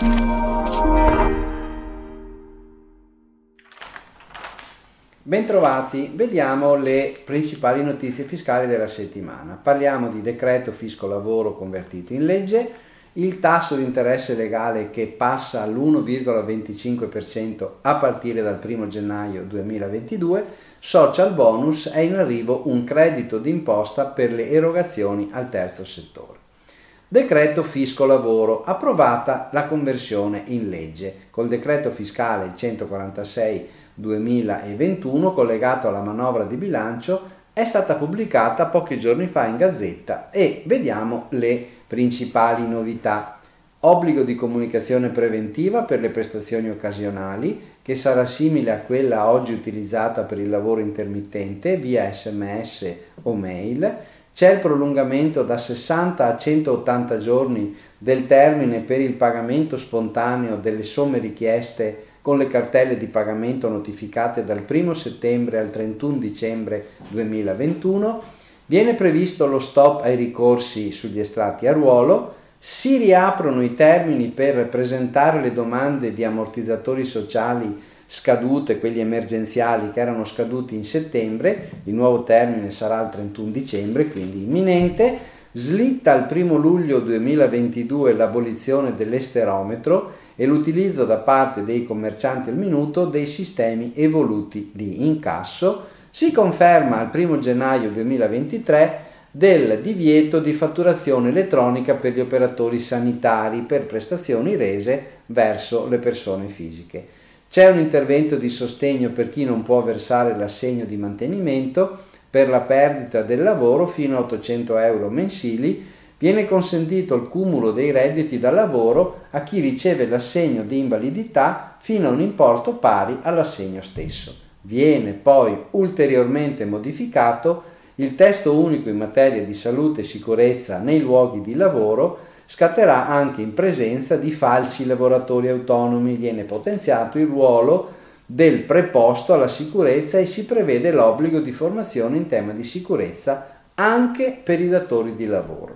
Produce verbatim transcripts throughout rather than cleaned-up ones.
Bentrovati, vediamo le principali notizie fiscali della settimana. Parliamo di decreto fisco lavoro convertito in legge, il tasso di interesse legale che passa all'uno virgola venticinque per cento a partire dal primo gennaio duemilaventidue, social bonus, è in arrivo un credito d'imposta per le erogazioni al terzo settore. Decreto fisco lavoro, approvata la conversione in legge. Col decreto fiscale centoquarantasei duemilaventuno, collegato alla manovra di bilancio, è stata pubblicata pochi giorni fa in Gazzetta e vediamo le principali novità. Obbligo di comunicazione preventiva per le prestazioni occasionali, che sarà simile a quella oggi utilizzata per il lavoro intermittente via sms o mail. C'è il prolungamento da sessanta a centottanta giorni del termine per il pagamento spontaneo delle somme richieste con le cartelle di pagamento notificate dal primo settembre al trentuno dicembre duemilaventuno. Viene previsto lo stop ai ricorsi sugli estratti a ruolo. Si riaprono i termini per presentare le domande di ammortizzatori sociali scadute, quelli emergenziali che erano scaduti in settembre. Il nuovo termine sarà il trentuno dicembre, quindi imminente. Slitta al primo luglio duemilaventidue l'abolizione dell'esterometro e l'utilizzo da parte dei commercianti al minuto dei sistemi evoluti di incasso. Si conferma al primo gennaio duemilaventitré del divieto di fatturazione elettronica per gli operatori sanitari per prestazioni rese verso le persone fisiche. C'è un intervento di sostegno per chi non può versare l'assegno di mantenimento per la perdita del lavoro fino a ottocento euro mensili. Viene consentito il cumulo dei redditi da lavoro a chi riceve l'assegno di invalidità fino a un importo pari all'assegno stesso. Viene poi ulteriormente modificato il testo unico in materia di salute e sicurezza nei luoghi di lavoro. Scatterà anche in presenza di falsi lavoratori autonomi. Viene potenziato il ruolo del preposto alla sicurezza e si prevede l'obbligo di formazione in tema di sicurezza anche per i datori di lavoro.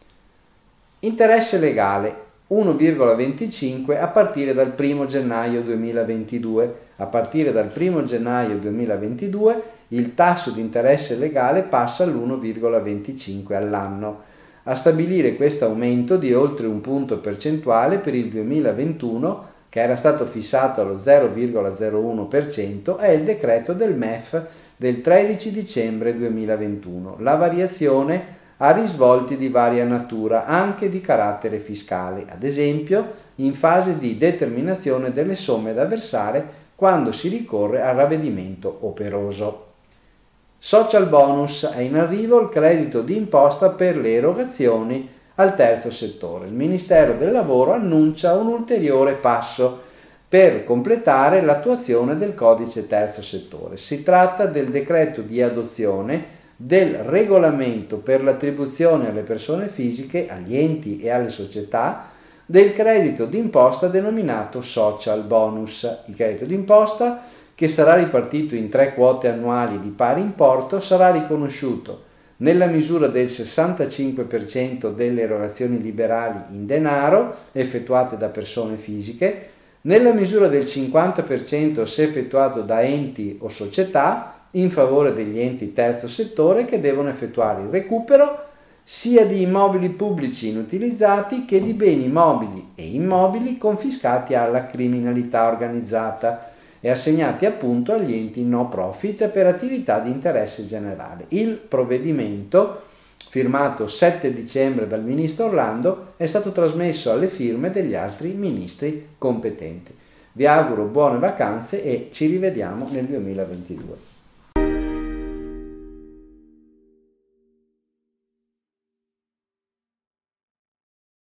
Interesse legale uno virgola venticinque a partire dal primo gennaio duemilaventidue. A partire dal primo gennaio duemilaventidue il tasso di interesse legale passa all'uno virgola venticinque all'anno. A stabilire questo aumento di oltre un punto percentuale per il duemilaventuno, che era stato fissato allo zero virgola zero uno per cento, è il decreto del M E F del tredici dicembre duemilaventuno. La variazione ha risvolti di varia natura, anche di carattere fiscale, ad esempio in fase di determinazione delle somme da versare quando si ricorre al ravvedimento operoso. Social bonus, è in arrivo il credito di imposta per le erogazioni al terzo settore. Il Ministero del Lavoro annuncia un ulteriore passo per completare l'attuazione del codice terzo settore. Si tratta del decreto di adozione del regolamento per l'attribuzione alle persone fisiche, agli enti e alle società del credito d'imposta denominato social bonus. Il credito d'imposta, che sarà ripartito in tre quote annuali di pari importo, sarà riconosciuto nella misura del sessantacinque per cento delle erogazioni liberali in denaro effettuate da persone fisiche, nella misura del cinquanta per cento se effettuato da enti o società in favore degli enti terzo settore che devono effettuare il recupero sia di immobili pubblici inutilizzati che di beni mobili e immobili confiscati alla criminalità organizzata e assegnati appunto agli enti no profit per attività di interesse generale. Il provvedimento, firmato sette dicembre dal ministro Orlando, è stato trasmesso alle firme degli altri ministri competenti. Vi auguro buone vacanze e ci rivediamo nel duemilaventidue.